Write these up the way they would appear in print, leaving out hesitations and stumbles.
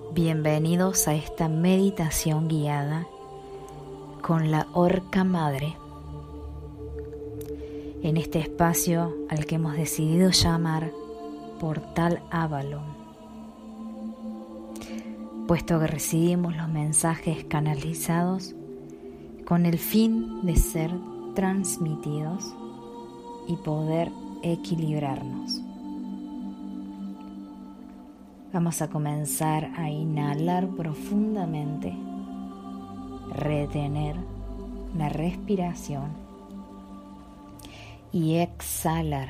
Bienvenidos a esta meditación guiada con la Orca Madre, en este espacio al que hemos decidido llamar Portal Avalon, puesto que recibimos los mensajes canalizados con el fin de ser transmitidos y poder equilibrarnos. Vamos a comenzar a inhalar profundamente, retener la respiración y exhalar.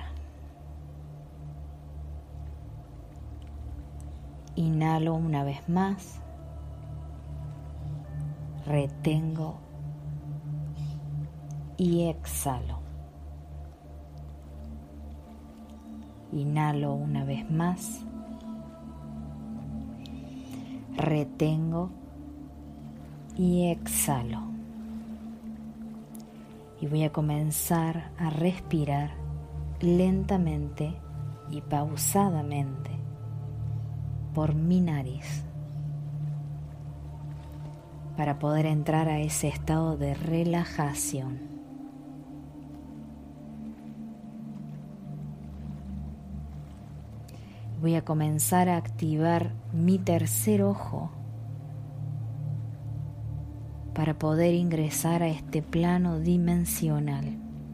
Inhalo una vez más, retengo y exhalo. Inhalo una vez más, retengo y exhalo. Y voy a comenzar a respirar lentamente y pausadamente por mi nariz para poder entrar a ese estado de relajación. Voy a comenzar a activar mi tercer ojo para poder ingresar a este plano dimensional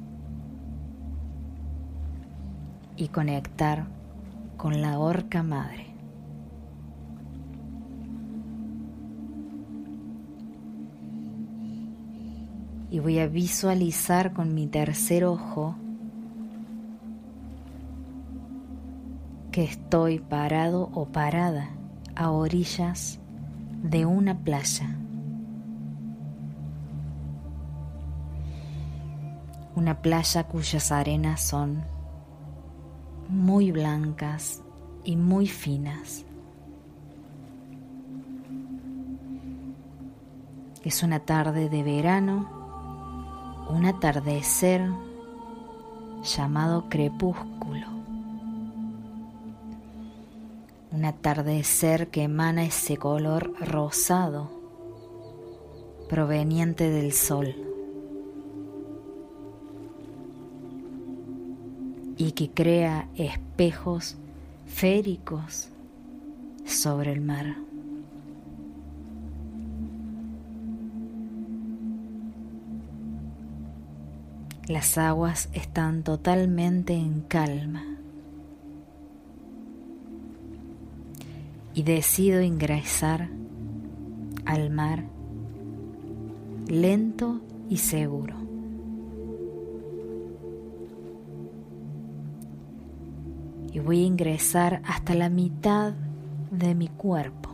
y conectar con la Orca Madre. Y voy a visualizar con mi tercer ojo que estoy parado o parada a orillas de una playa. Una playa cuyas arenas son muy blancas y muy finas. Es una tarde de verano, un atardecer llamado crepúsculo. Un atardecer que emana ese color rosado proveniente del sol y que crea espejos féricos sobre el mar. Las aguas están totalmente en calma. Y decido ingresar al mar lento y seguro. Y voy a ingresar hasta la mitad de mi cuerpo,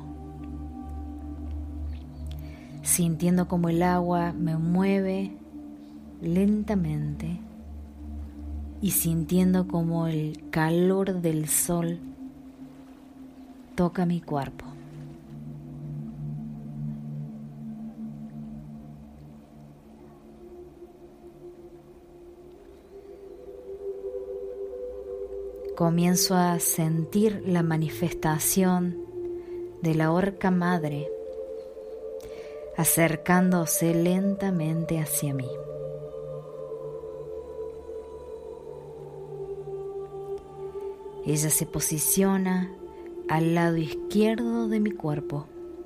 sintiendo como el agua me mueve lentamente y sintiendo como el calor del sol toca mi cuerpo. Comienzo a sentir la manifestación de la Orca Madre acercándose lentamente hacia mí. Ella se posiciona al lado izquierdo de mi cuerpo.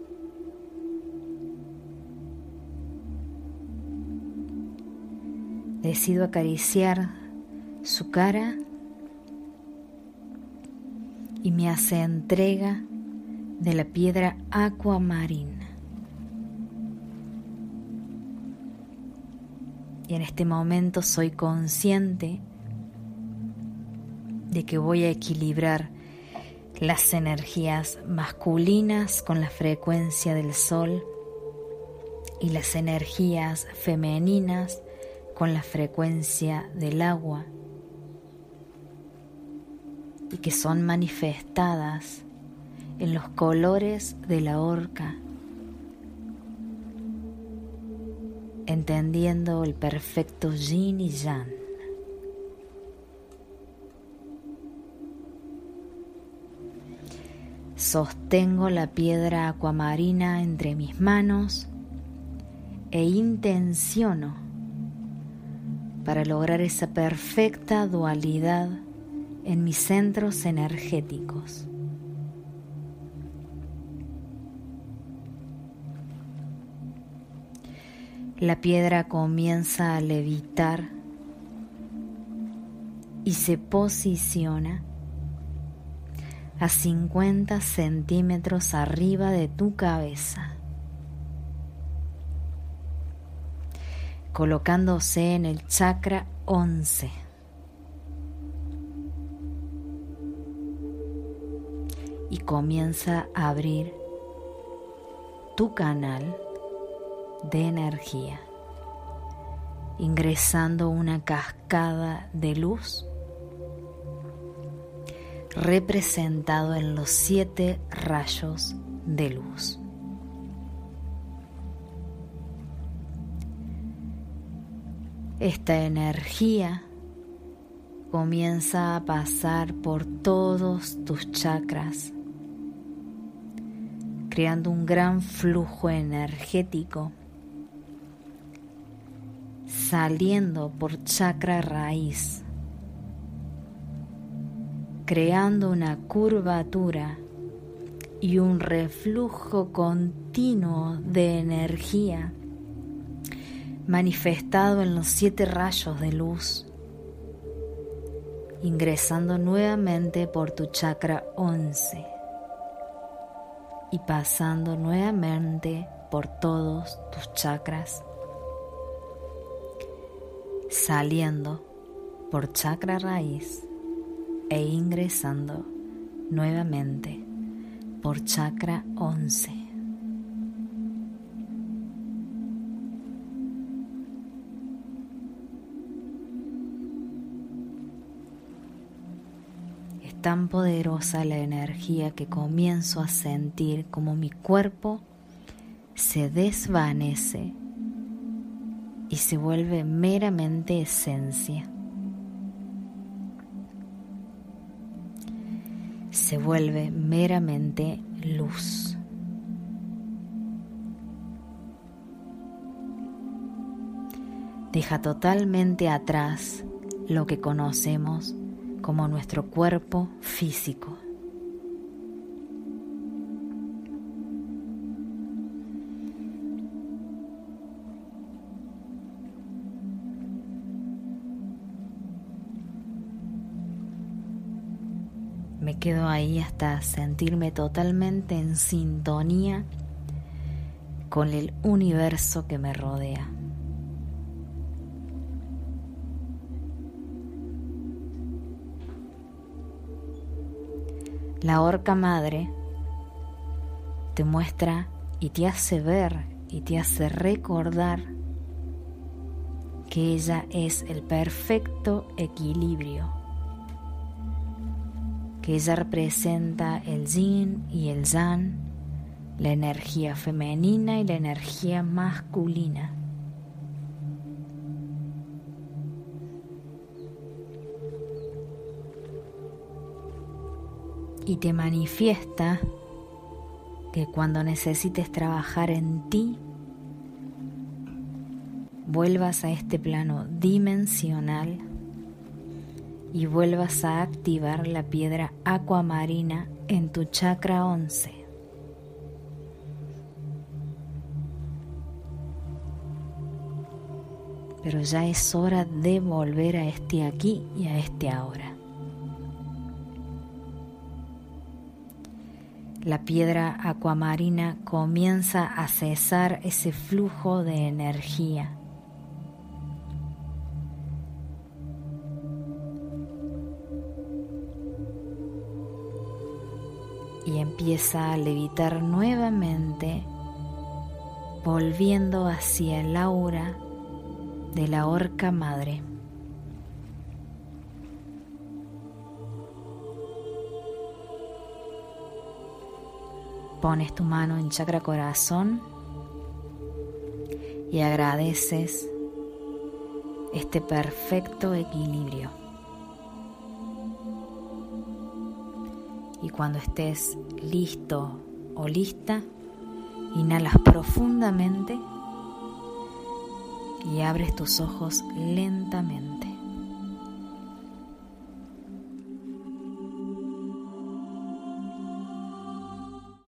Decido acariciar su cara y me hace entrega de la piedra aquamarina. Y en este momento soy consciente de que voy a equilibrar las energías masculinas con la frecuencia del sol y las energías femeninas con la frecuencia del agua, y que son manifestadas en los colores de la orca, entendiendo el perfecto yin y yang. Sostengo la piedra acuamarina entre mis manos e intenciono para lograr esa perfecta dualidad en mis centros energéticos. La piedra comienza a levitar y se posiciona a 50 centímetros arriba de tu cabeza, colocándose en el chakra 11. Y comienza a abrir tu canal de energía, ingresando una cascada de luz representado en los 7 rayos de luz. Esta energía comienza a pasar por todos tus chakras, creando un gran flujo energético, saliendo por chakra raíz, creando una curvatura y un reflujo continuo de energía manifestado en los 7 rayos de luz, ingresando nuevamente por tu chakra 11 y pasando nuevamente por todos tus chakras, saliendo por chakra raíz e ingresando nuevamente por chakra 11. Es tan poderosa la energía que comienzo a sentir como mi cuerpo se desvanece y se vuelve meramente esencia. Se vuelve meramente luz. Deja totalmente atrás lo que conocemos como nuestro cuerpo físico. Me quedo ahí hasta sentirme totalmente en sintonía con el universo que me rodea. La orca madre te muestra y te hace ver y te hace recordar que ella es el perfecto equilibrio, que ella representa el yin y el yang, la energía femenina y la energía masculina. Y te manifiesta que cuando necesites trabajar en ti, vuelvas a este plano dimensional y vuelvas a activar la piedra acuamarina en tu chakra 11. Pero ya es hora de volver a este aquí y a este ahora. La piedra acuamarina comienza a cesar ese flujo de energía. Y empieza a levitar nuevamente, volviendo hacia el aura de la orca madre. Pones tu mano en chakra corazón y agradeces este perfecto equilibrio. Y cuando estés listo o lista, inhalas profundamente y abres tus ojos lentamente.